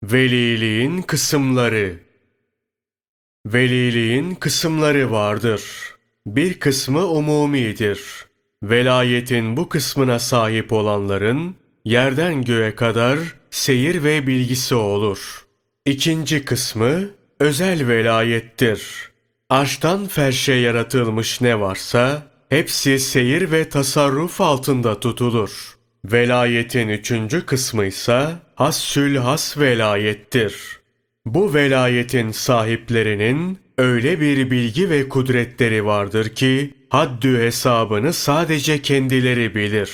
Veliliğin kısımları. Veliliğin kısımları vardır. Bir kısmı umumidir. Velayetin bu kısmına sahip olanların yerden göğe kadar seyir ve bilgisi olur. İkinci kısmı özel velayettir. Arştan ferşe yaratılmış ne varsa hepsi seyir ve tasarruf altında tutulur. Velayetin üçüncü kısmı ise hassül has velayettir. Bu velayetin sahiplerinin öyle bir bilgi ve kudretleri vardır ki haddü hesabını sadece kendileri bilir.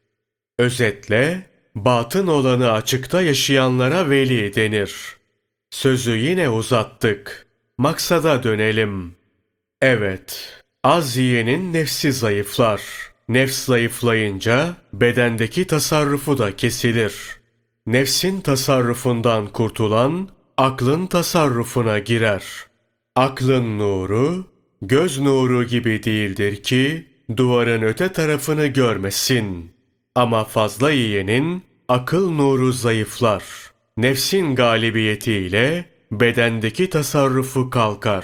Özetle batın olanı açıkta yaşayanlara veli denir. Sözü yine uzattık. Maksada dönelim. Evet, az yiyenin nefsi zayıflar. Nefs zayıflayınca bedendeki tasarrufu da kesilir. Nefsin tasarrufundan kurtulan aklın tasarrufuna girer. Aklın nuru göz nuru gibi değildir ki duvarın öte tarafını görmesin. Ama fazla yiyenin akıl nuru zayıflar. Nefsin galibiyetiyle bedendeki tasarrufu kalkar.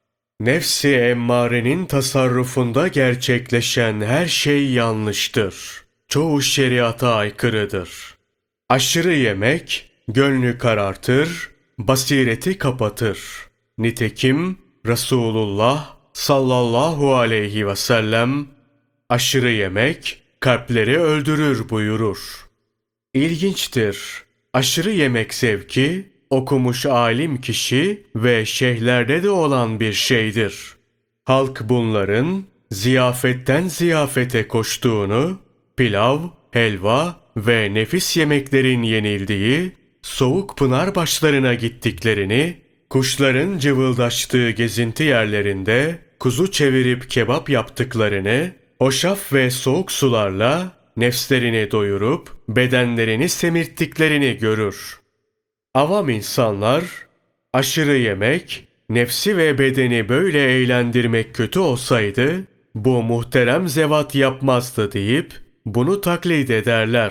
Nefsi emmarenin tasarrufunda gerçekleşen her şey yanlıştır. Çoğu şeriata aykırıdır. Aşırı yemek gönlü karartır, basireti kapatır. Nitekim Resulullah sallallahu aleyhi ve sellem aşırı yemek kalpleri öldürür buyurur. İlginçtir. Aşırı yemek zevki okumuş alim kişi ve şeyhlerde de olan bir şeydir. Halk bunların ziyafetten ziyafete koştuğunu, pilav, helva ve nefis yemeklerin yenildiği, soğuk pınar başlarına gittiklerini, kuşların cıvıldaştığı gezinti yerlerinde kuzu çevirip kebap yaptıklarını, hoşaf ve soğuk sularla nefslerini doyurup bedenlerini semirttiklerini görür. Avam insanlar, aşırı yemek, nefsi ve bedeni böyle eğlendirmek kötü olsaydı, bu muhterem zevat yapmazdı deyip bunu taklit ederler.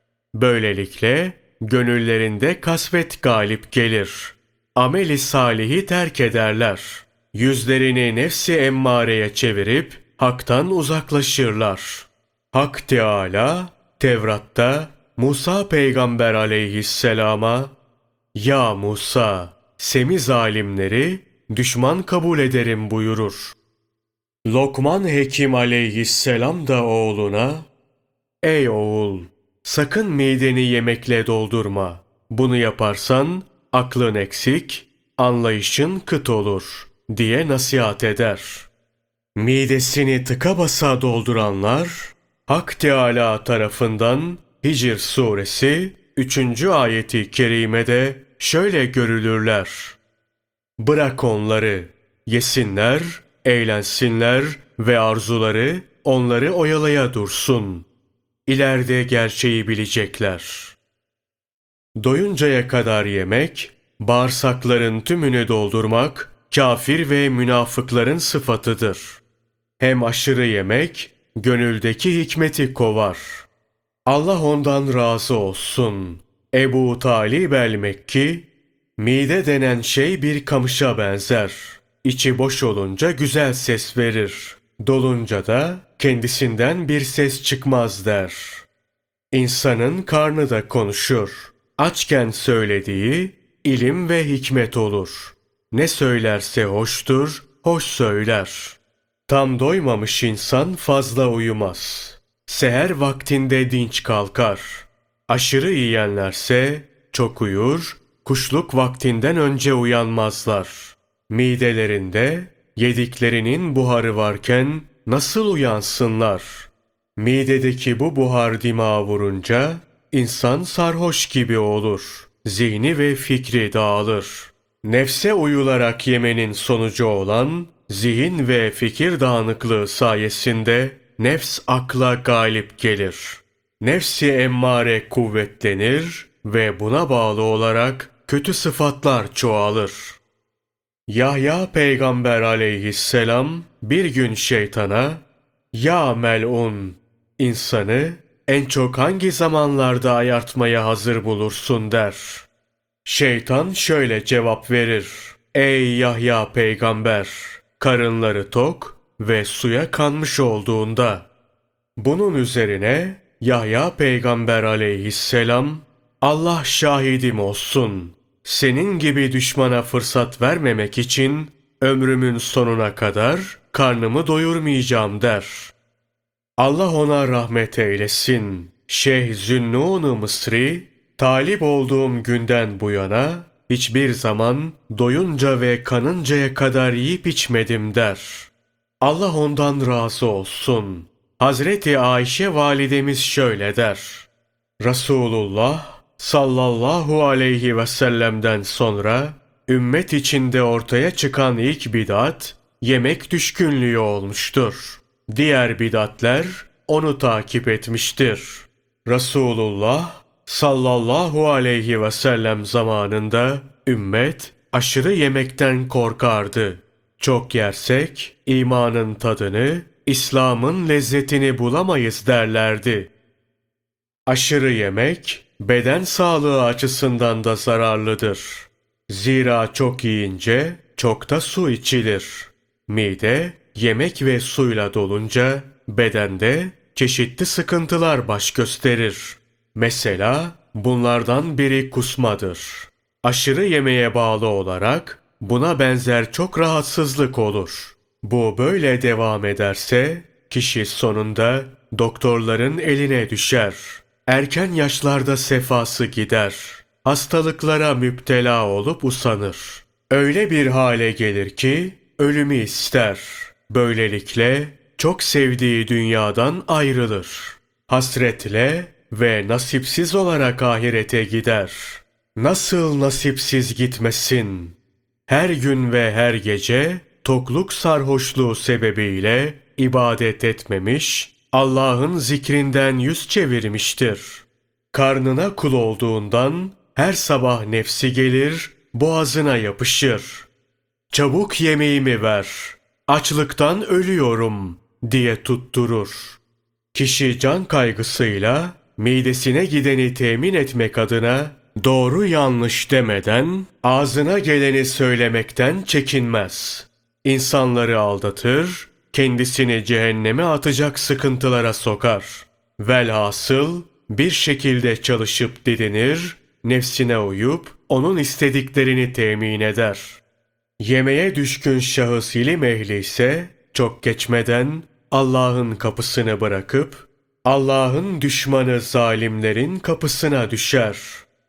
Böylelikle gönüllerinde kasvet galip gelir. Ameli salihi terk ederler. Yüzlerini nefsi emmareye çevirip haktan uzaklaşırlar. Hak Teâlâ, Tevrat'ta Musa peygamber aleyhisselama "Ya Musa, semi zalimleri düşman kabul ederim" buyurur. Lokman Hekim aleyhisselam da oğluna "Ey oğul, sakın mideni yemekle doldurma. Bunu yaparsan aklın eksik, anlayışın kıt olur" diye nasihat eder. Midesini tıka basa dolduranlar Hak Teâlâ tarafından Hicr suresi 3. ayeti kerimede şöyle görülürler. Bırak onları, yesinler, eğlensinler ve arzuları onları oyalaya dursun. İleride gerçeği bilecekler. Doyuncaya kadar yemek, bağırsakların tümünü doldurmak, kafir ve münafıkların sıfatıdır. Hem aşırı yemek, gönüldeki hikmeti kovar. Allah ondan razı olsun. Ebu Talib el-Mekki, mide denen şey bir kamışa benzer. İçi boş olunca güzel ses verir. Dolunca da kendisinden bir ses çıkmaz der. İnsanın karnı da konuşur. Açken söylediği ilim ve hikmet olur. Ne söylerse hoştur, hoş söyler. Tam doymamış insan fazla uyumaz. Seher vaktinde dinç kalkar. Aşırı yiyenlerse çok uyur, kuşluk vaktinden önce uyanmazlar. Midelerinde yediklerinin buharı varken nasıl uyansınlar? Midedeki bu buhar dimağa vurunca insan sarhoş gibi olur. Zihni ve fikri dağılır. Nefse uyularak yemenin sonucu olan zihin ve fikir dağınıklığı sayesinde nefs akla galip gelir. Nefsi emmare kuvvetlenir ve buna bağlı olarak kötü sıfatlar çoğalır. Yahya peygamber aleyhisselam bir gün şeytana "Ya melun, insanı en çok hangi zamanlarda ayartmaya hazır bulursun?" der. Şeytan şöyle cevap verir: Ey Yahya peygamber! Karınları tok ve suya kanmış olduğunda. Bunun üzerine Yahya peygamber aleyhisselam, Allah şahidim olsun, senin gibi düşmana fırsat vermemek için ömrümün sonuna kadar karnımı doyurmayacağım der. Allah ona rahmet eylesin. Şeyh Zünnun-u Mısri, talip olduğum günden bu yana hiçbir zaman doyunca ve kanıncaya kadar yiyip içmedim der. Allah ondan razı olsun. Hazreti Ayşe validemiz şöyle der: Resulullah sallallahu aleyhi ve sellem'den sonra ümmet içinde ortaya çıkan ilk bid'at yemek düşkünlüğü olmuştur. Diğer bid'atler onu takip etmiştir. Resulullah sallallahu aleyhi ve sellem zamanında ümmet aşırı yemekten korkardı. Çok yersek imanın tadını, İslam'ın lezzetini bulamayız derlerdi. Aşırı yemek beden sağlığı açısından da zararlıdır. Zira çok yiyince çok da su içilir. Mide yemek ve suyla dolunca bedende çeşitli sıkıntılar baş gösterir. Mesela bunlardan biri kusmadır. Aşırı yemeğe bağlı olarak buna benzer çok rahatsızlık olur. Bu böyle devam ederse kişi sonunda doktorların eline düşer. Erken yaşlarda sefası gider. Hastalıklara müptela olup usanır. Öyle bir hale gelir ki ölümü ister. Böylelikle çok sevdiği dünyadan ayrılır. Hasretle ve nasipsiz olarak ahirete gider. Nasıl nasipsiz gitmesin? Her gün ve her gece tokluk sarhoşluğu sebebiyle ibadet etmemiş, Allah'ın zikrinden yüz çevirmiştir. Karnına kul olduğundan her sabah nefsi gelir, boğazına yapışır. Çabuk yemeğimi ver, açlıktan ölüyorum diye tutturur. Kişi can kaygısıyla midesine gideni temin etmek adına doğru yanlış demeden ağzına geleni söylemekten çekinmez. İnsanları aldatır, kendisini cehenneme atacak sıkıntılara sokar. Velhasıl bir şekilde çalışıp didinir, nefsine uyup onun istediklerini temin eder. Yemeğe düşkün şahıs ilim ehli ise çok geçmeden Allah'ın kapısını bırakıp Allah'ın düşmanı zalimlerin kapısına düşer.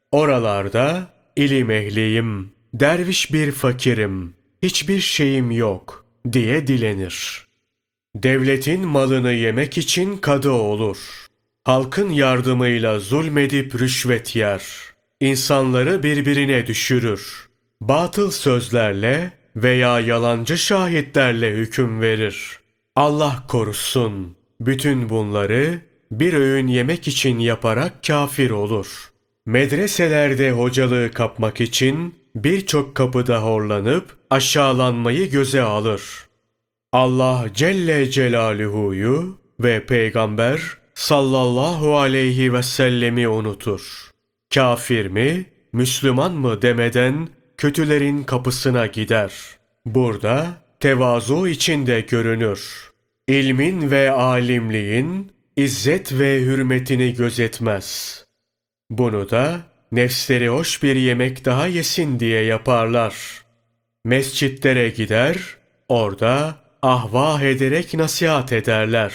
Oralarda ilim ehliyim, derviş bir fakirim, hiçbir şeyim yok diye dilenir. Devletin malını yemek için kadı olur. Halkın yardımıyla zulmedip rüşvet yer. İnsanları birbirine düşürür. Batıl sözlerle veya yalancı şahitlerle hüküm verir. Allah korusun. Bütün bunları bir öğün yemek için yaparak kafir olur. Medreselerde hocalığı kapmak için birçok kapıda horlanıp aşağılanmayı göze alır. Allah Celle Celaluhu'yu ve Peygamber sallallahu aleyhi ve sellemi unutur. Kafir mi, Müslüman mı demeden kötülerin kapısına gider. Burada tevazu içinde görünür. İlmin ve alimliğin izzet ve hürmetini gözetmez. Bunu da nefsleri hoş bir yemek daha yesin diye yaparlar. Mescitlere gider, orada ahvah ederek nasihat ederler.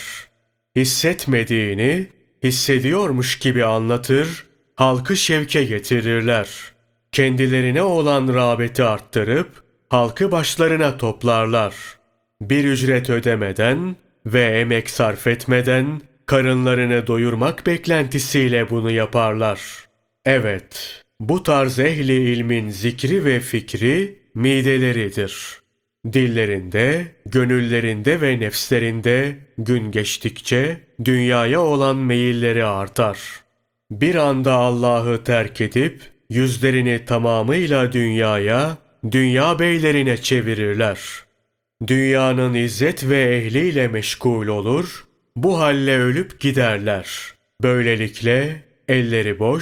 Hissetmediğini hissediyormuş gibi anlatır, halkı şevke getirirler. Kendilerine olan rağbeti arttırıp halkı başlarına toplarlar. Bir ücret ödemeden ve emek sarf etmeden karınlarını doyurmak beklentisiyle bunu yaparlar. Evet, bu tarz ehli ilmin zikri ve fikri mideleridir. Dillerinde, gönüllerinde ve nefslerinde gün geçtikçe dünyaya olan meyilleri artar. Bir anda Allah'ı terk edip yüzlerini tamamıyla dünyaya, dünya beylerine çevirirler. Dünyanın izzet ve ehliyle meşgul olur, bu halle ölüp giderler. Böylelikle elleri boş,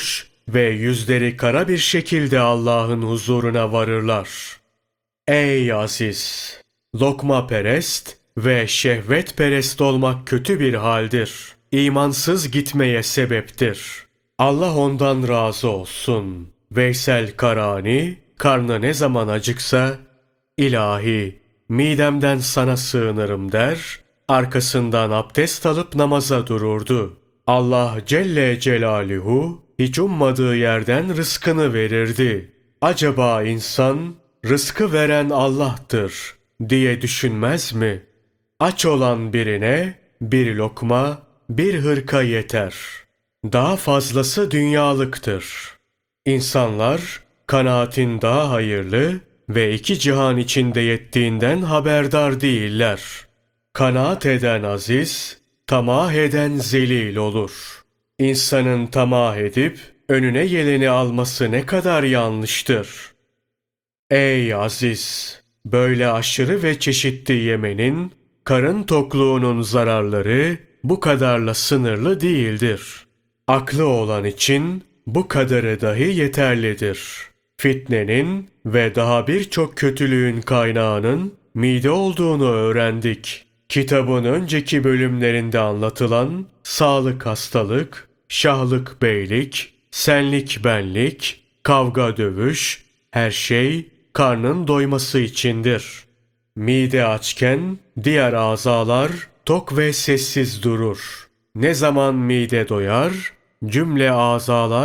ve yüzleri kara bir şekilde Allah'ın huzuruna varırlar. Ey aziz! Lokmaperest ve şehvetperest olmak kötü bir haldir. İmansız gitmeye sebeptir. Allah ondan razı olsun. Veysel Karani, karnı ne zaman acıksa, İlahi, midemden sana sığınırım der, arkasından abdest alıp namaza dururdu. Allah Celle Celaluhu, hiç ummadığı yerden rızkını verirdi. Acaba insan, rızkı veren Allah'tır diye düşünmez mi? Aç olan birine bir lokma, bir hırka yeter. Daha fazlası dünyalıktır. İnsanlar kanaatin daha hayırlı ve iki cihan içinde yettiğinden haberdar değiller. Kanaat eden aziz, tamah eden zelil olur. İnsanın tamah edip önüne geleni alması ne kadar yanlıştır. Ey aziz! Böyle aşırı ve çeşitli yemenin, karın tokluğunun zararları bu kadarla sınırlı değildir. Aklı olan için bu kadarı dahi yeterlidir. Fitnenin ve daha birçok kötülüğün kaynağının mide olduğunu öğrendik. Kitabın önceki bölümlerinde anlatılan sağlık hastalık, şahlık beylik, senlik benlik, kavga dövüş, her şey karnın doyması içindir. Mide açken diğer azalar tok ve sessiz durur. Ne zaman mide doyar, cümle azalar